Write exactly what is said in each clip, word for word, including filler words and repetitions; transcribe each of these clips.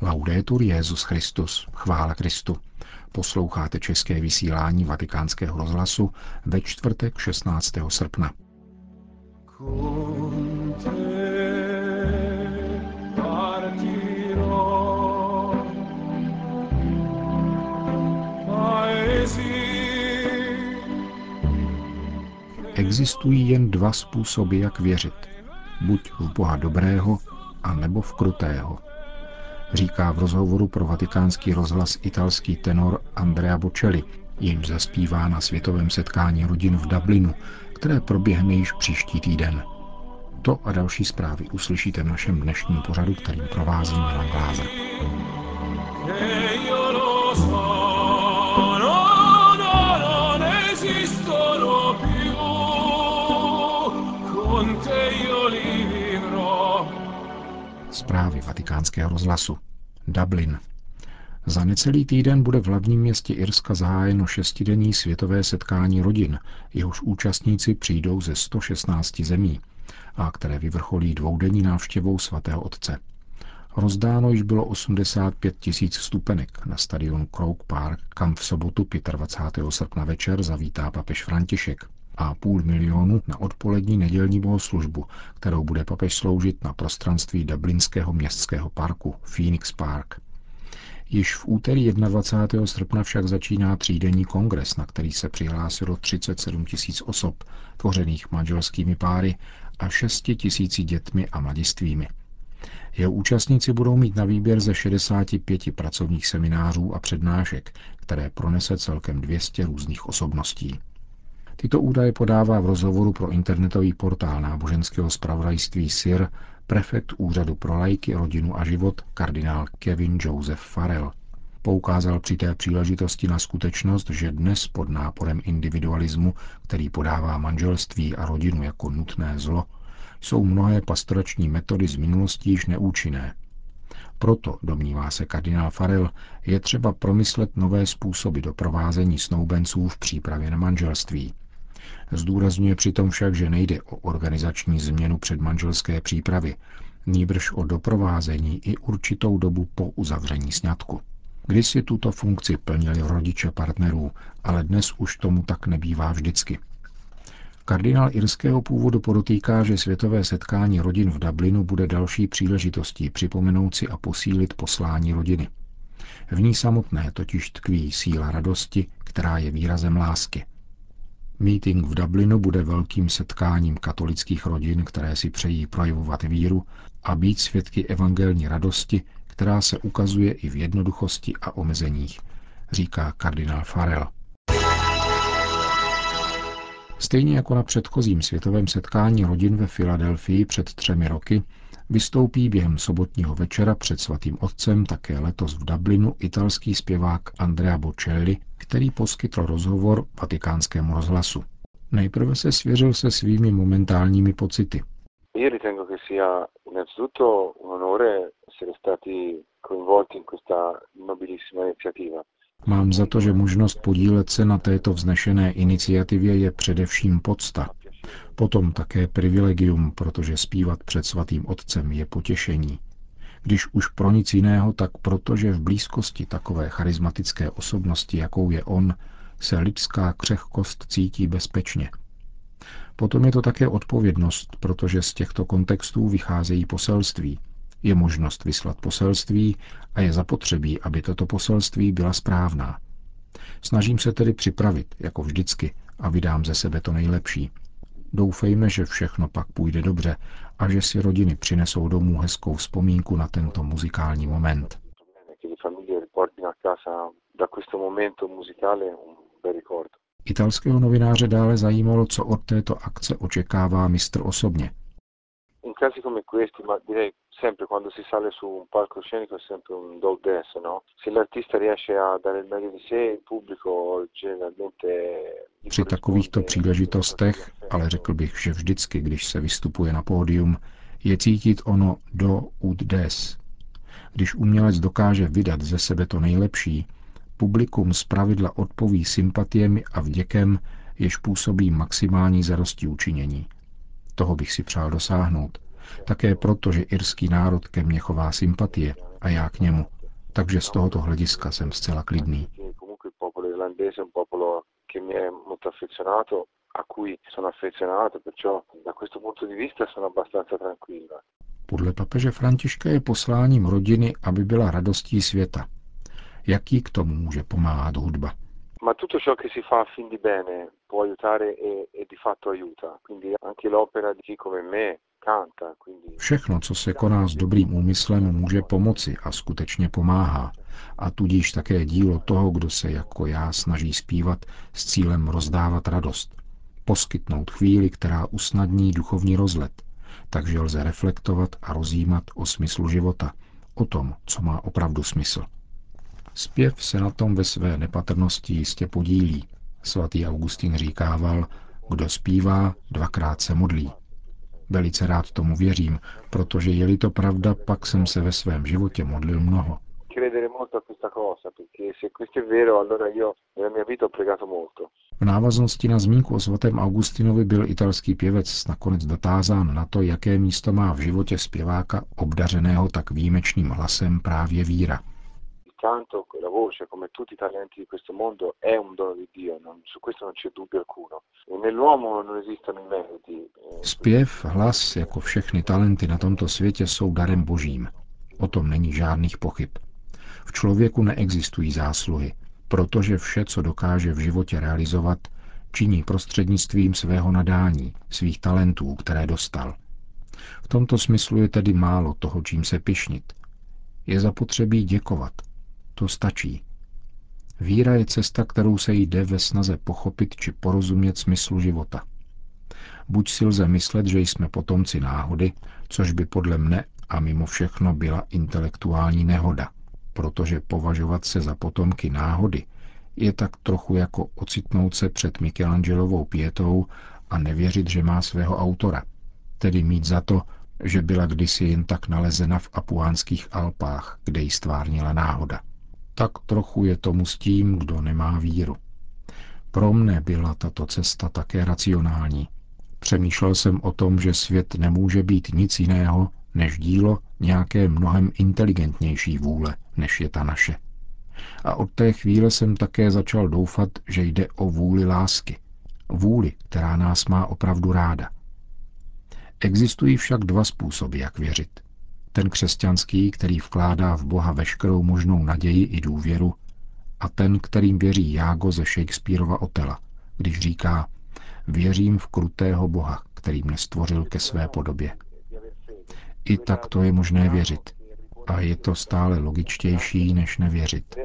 Laudetur Jesus Christus, chvála Kristu. Posloucháte české vysílání Vatikánského rozhlasu ve čtvrtek šestnáctého srpna. Existují jen dva způsoby, jak věřit. Buď v Boha dobrého, a nebo v krutého. Říká v rozhovoru pro Vatikánský rozhlas italský tenor Andrea Bocelli, jenž zaspívá na světovém setkání rodin v Dublinu, které proběhne již příští týden. To a další zprávy uslyšíte v našem dnešním pořadu, kterým provází Milan Glázer. Zprávy Vatikánského rozhlasu. Dublin. Za necelý týden bude v hlavním městě Irska zahájeno šestidenní světové setkání rodin, jehož účastníci přijdou ze sto šestnácti zemí a které vyvrcholí dvoudenní návštěvou svatého otce. Rozdáno již bylo osmdesát pět tisíc vstupenek na stadion Croke Park, kam v sobotu dvacátého pátého srpna večer zavítá papež František, a půl milionu na odpolední nedělní bohoslužbu, kterou bude papež sloužit na prostranství dublinského městského parku Phoenix Park. Již v úterý dvacátého prvního srpna však začíná třídenní kongres, na který se přihlásilo třicet sedm tisíc osob, tvořených manželskými páry a šesti tisíci dětmi a mladistvými. Jeho účastníci budou mít na výběr ze šedesáti pěti pracovních seminářů a přednášek, které pronese celkem dvě stě různých osobností. Tyto údaje podává v rozhovoru pro internetový portál náboženského zpravodajství S I R prefekt Úřadu pro laiky, rodinu a život kardinál Kevin Joseph Farrell. Poukázal při té příležitosti na skutečnost, že dnes pod náporem individualismu, který podává manželství a rodinu jako nutné zlo, jsou mnohé pastorační metody z minulosti již neúčinné. Proto, domnívá se kardinál Farrell, je třeba promyslet nové způsoby doprovázení snoubenců v přípravě na manželství. Zdůrazňuje přitom však, že nejde o organizační změnu předmanželské přípravy, nýbrž o doprovázení i určitou dobu po uzavření sňatku. Kdysi tuto funkci plnili rodiče partnerů, ale dnes už tomu tak nebývá vždycky. Kardinál irského původu podotýká, že světové setkání rodin v Dublinu bude další příležitostí připomenout si a posílit poslání rodiny. V ní samotné totiž tkví síla radosti, která je výrazem lásky. Meeting v Dublinu bude velkým setkáním katolických rodin, které si přejí projevovat víru a být svědky evangelní radosti, která se ukazuje i v jednoduchosti a omezeních, říká kardinál Farrell. Stejně jako na předchozím světovém setkání rodin ve Filadelfii před třemi roky, vystoupí během sobotního večera před svatým otcem také letos v Dublinu italský zpěvák Andrea Bocelli, který poskytl rozhovor Vatikánskému rozhlasu. Nejprve se svěřil se svými momentálními pocity. Mám za to, že možnost podílet se na této vznešené iniciativě je především podsta. Potom také privilegium, protože zpívat před svatým otcem je potěšení. Když už pro nic jiného, tak protože v blízkosti takové charismatické osobnosti, jakou je on, se lidská křehkost cítí bezpečně. Potom je to také odpovědnost, protože z těchto kontextů vycházejí poselství. Je možnost vyslat poselství a je zapotřebí, aby toto poselství byla správná. Snažím se tedy připravit, jako vždycky, a vydám ze sebe to nejlepší. Doufejme, že všechno pak půjde dobře a že si rodiny přinesou domů hezkou vzpomínku na tento muzikální moment. Italského novináře dále zajímalo, co od této akce očekává mistr osobně. Při takovýchto příležitostech, ale řekl bych, že vždycky, když se vystupuje na pódium, je cítit ono do ut des. Když umělec dokáže vydat ze sebe to nejlepší, publikum zpravidla odpoví sympatiemi a vděkem, jež působí maximální zadostiučinění. Toho bych si přál dosáhnout. Také proto, že irský národ ke mně chová sympatie a já k němu, Takže z tohoto hlediska jsem zcela klidný. Podle papeže Františka je posláním rodiny, aby byla radostí světa. Jak jí k tomu může pomáhat hudba? Ma tutto ciò che si fa a fin di bene può aiutare e, e di fatto aiuta. Quindi anche l'opera di chi come me canta. Quindi... Všechno, co se koná s dobrým úmyslem, může pomoci a skutečně pomáhá. A tudíž také dílo toho, kdo se jako já snaží zpívat s cílem rozdávat radost. Poskytnout chvíli, která usnadní duchovní rozlet. Takže lze reflektovat a rozjímat o smyslu života. O tom, co má opravdu smysl. Zpěv se na tom ve své nepatrnosti jistě podílí. Svatý Augustín říkával, kdo zpívá, dvakrát se modlí. Velice rád tomu věřím, protože je-li to pravda, pak jsem se ve svém životě modlil mnoho. V návaznosti na zmínku o svatém Augustinovi byl italský pěvec nakonec dotázán na to, jaké místo má v životě zpěváka obdařeného tak výjimečným hlasem právě víra. Canto, la voce, come tutti i talenti di questo mondo, è un dono di Dio, non, su questo non c'è dubbio alcuno. E nell'uomo non esistono i meriti. Zpěv, hlas, jako všechny talenty na tomto světě, jsou darem božím. O tom není žádných pochyb. V člověku neexistují zásluhy, protože vše, co dokáže v životě realizovat, činí prostřednictvím svého nadání, svých talentů, které dostal. V tomto smyslu je tedy málo toho, čím se pyšnit. Je zapotřebí děkovat. To stačí. Víra je cesta, kterou se jde ve snaze pochopit či porozumět smyslu života. Buď si lze myslet, že jsme potomci náhody, což by podle mne a mimo všechno byla intelektuální nehoda, protože považovat se za potomky náhody je tak trochu jako ocitnout se před Michelangelovou pietou a nevěřit, že má svého autora, tedy mít za to, že byla kdysi jen tak nalezena v Apuánských Alpách, kde ji stvárnila náhoda. Tak trochu je tomu s tím, kdo nemá víru. Pro mne byla tato cesta také racionální. Přemýšlel jsem o tom, že svět nemůže být nic jiného než dílo nějaké mnohem inteligentnější vůle, než je ta naše. A od té chvíle jsem také začal doufat, že jde o vůli lásky. Vůli, která nás má opravdu ráda. Existují však dva způsoby, jak věřit. Ten křesťanský, který vkládá v Boha veškerou možnou naději i důvěru, a ten, kterým věří Jágo ze Shakespearova Otela, když říká: věřím v krutého Boha, který mne stvořil ke své podobě. I tak to je možné věřit. A je to stále logičtější, než nevěřit.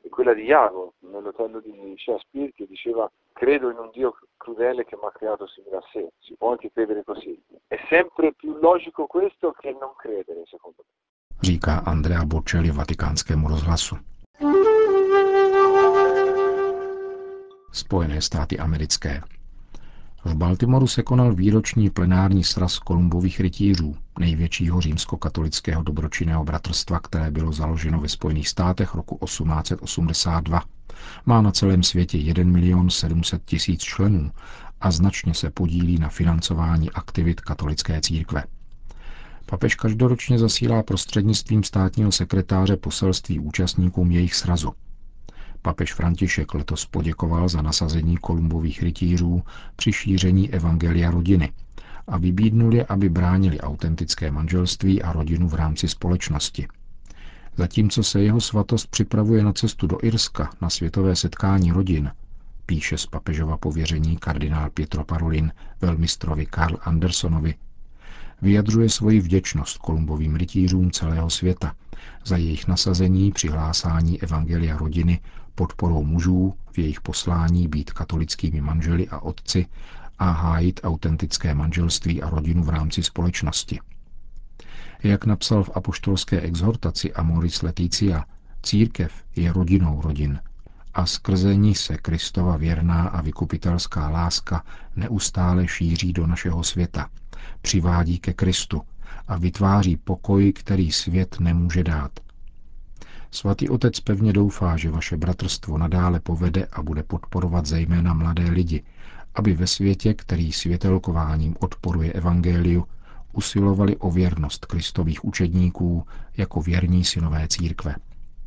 Credo in un Dio crudele che mi ha creato simile a sé. Si può anche credere così. È sempre più logico questo che non credere, secondo me. Říká Andrea Bocelli Vatikánskému rozhlasu. Spojené státy americké. V Baltimoru se konal výroční plenární sraz Kolumbových rytířů, největšího římskokatolického dobročinného bratrstva, které bylo založeno ve Spojených státech roku osmnáct set osmdesát dva. Má na celém světě jeden milion sedm set tisíc členů a značně se podílí na financování aktivit katolické církve. Papež každoročně zasílá prostřednictvím státního sekretáře poselství účastníkům jejich srazu. Papež František letos poděkoval za nasazení Kolumbových rytířů při šíření evangelia rodiny a vybídnul je, aby bránili autentické manželství a rodinu v rámci společnosti. Zatímco se jeho svatost připravuje na cestu do Irska na světové setkání rodin, píše z papežova pověření kardinál Pietro Parolin velmistrovi Karl Andersonovi, vyjadřuje svoji vděčnost Kolumbovým rytířům celého světa za jejich nasazení při hlásání evangelia rodiny podporou mužů v jejich poslání být katolickými manželi a otci a hájit autentické manželství a rodinu v rámci společnosti. Jak napsal v apoštolské exhortaci Amoris Laetitia, církev je rodinou rodin a skrze ní se Kristova věrná a vykupitelská láska neustále šíří do našeho světa, přivádí ke Kristu a vytváří pokoj, který svět nemůže dát. Svatý otec pevně doufá, že vaše bratrstvo nadále povede a bude podporovat zejména mladé lidi, aby ve světě, který světelkováním odporuje evangeliu, usilovali o věrnost Kristových učedníků jako věrní synové církve.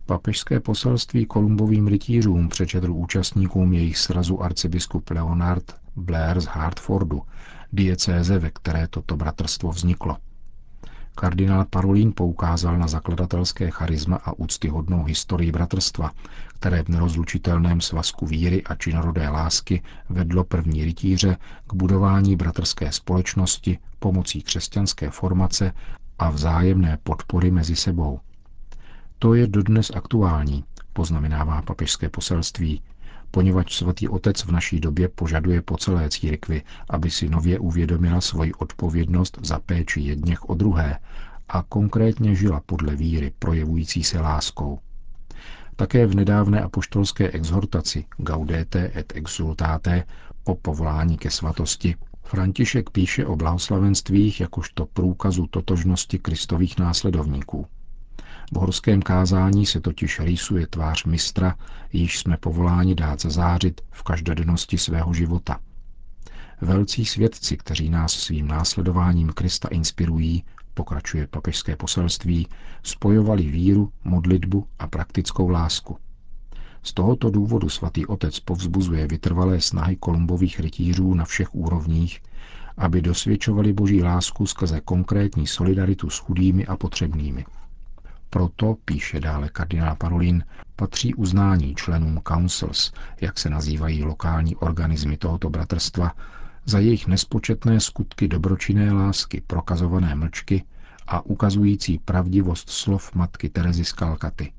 Papežské poselství Kolumbovým rytířům přečetl účastníkům jejich srazu arcibiskup Leonard Blair z Hartfordu, diecéze, ve které toto bratrstvo vzniklo. Kardinál Parolin poukázal na zakladatelské charisma a úctyhodnou historii bratrstva, které v nerozlučitelném svazku víry a činorodé lásky vedlo první rytíře k budování bratrské společnosti pomocí křesťanské formace a vzájemné podpory mezi sebou. To je dodnes aktuální, poznamenává papežské poselství, poněvadž svatý otec v naší době požaduje po celé církvi, aby si nově uvědomila svoji odpovědnost za péči jedněch o druhé a konkrétně žila podle víry projevující se láskou. Také v nedávné apoštolské exhortaci Gaudete et exsultate o povolání ke svatosti František píše o blahoslavenstvích jakožto průkazu totožnosti Kristových následovníků. V horském kázání se totiž rýsuje tvář mistra, již jsme povoláni dát zazářit v každodennosti svého života. Velcí svědci, kteří nás svým následováním Krista inspirují, pokračuje papežské poselství, spojovali víru, modlitbu a praktickou lásku. Z tohoto důvodu svatý otec povzbuzuje vytrvalé snahy Kolumbových rytířů na všech úrovních, aby dosvědčovali boží lásku skrze konkrétní solidaritu s chudými a potřebnými. Proto, píše dále kardinál Parolin, patří uznání členům councils, jak se nazývají lokální organismy tohoto bratrstva, za jejich nespočetné skutky dobročinné lásky prokazované mlčky a ukazující pravdivost slov matky Terezy z Kalkaty.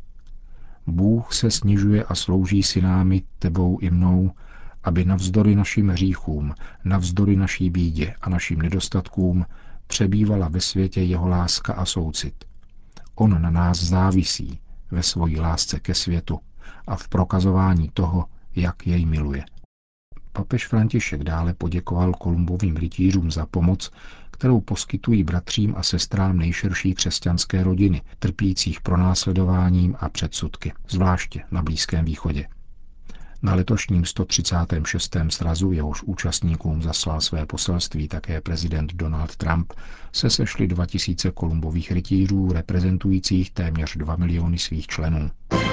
Bůh se snižuje a slouží si námi, tebou i mnou, aby navzdory našim hříchům, navzdory naší bídě a našim nedostatkům přebývala ve světě jeho láska a soucit. On na nás závisí ve svojí lásce ke světu a v prokazování toho, jak jej miluje. Papež František dále poděkoval Kolumbovým rytířům za pomoc, kterou poskytují bratřím a sestrám nejširší křesťanské rodiny, trpících pronásledováním a předsudky, zvláště na Blízkém východě. Na letošním sto třicátém šestém srazu, jehož účastníkům zaslal své poselství také prezident Donald Trump, se sešly dva tisíce Kolumbových rytířů reprezentujících téměř dva miliony svých členů.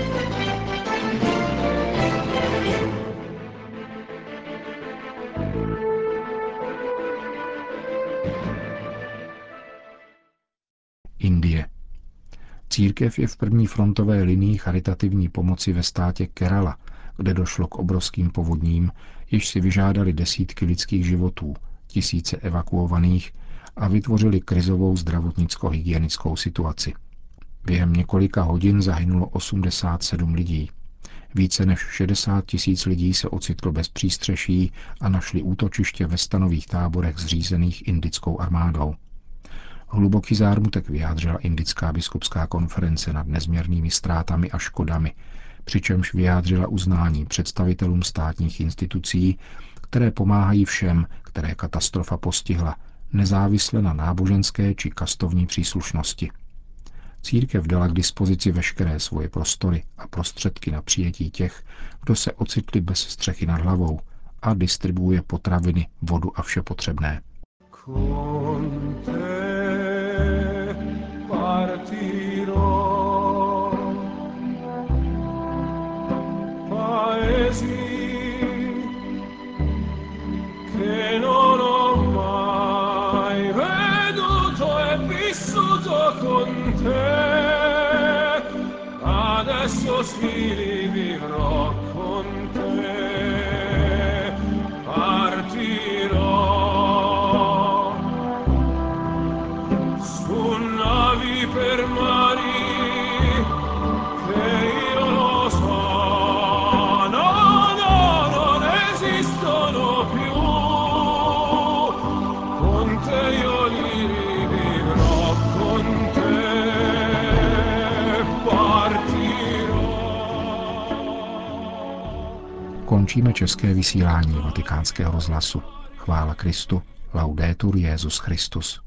Indie. Církev je v první frontové linii charitativní pomoci ve státě Kerala, kde došlo k obrovským povodním, jež si vyžádali desítky lidských životů, tisíce evakuovaných a vytvořili krizovou zdravotnicko-hygienickou situaci. Během několika hodin zahynulo osmdesát sedm lidí. Více než šedesát tisíc lidí se ocitlo bez přístřeší a našli útočiště ve stanových táborech zřízených indickou armádou. Hluboký zármutek vyjádřila Indická biskupská konference nad nezměrnými ztrátami a škodami, přičemž vyjádřila uznání představitelům státních institucí, které pomáhají všem, které katastrofa postihla, nezávisle na náboženské či kastovní příslušnosti. Církev dala k dispozici veškeré svoje prostory a prostředky na přijetí těch, kdo se ocitli bez střechy nad hlavou, a distribuuje potraviny, vodu a vše potřebné. Končíme české vysílání Vatikánského rozhlasu. Chvála Kristu, laudetur Jesus Christus.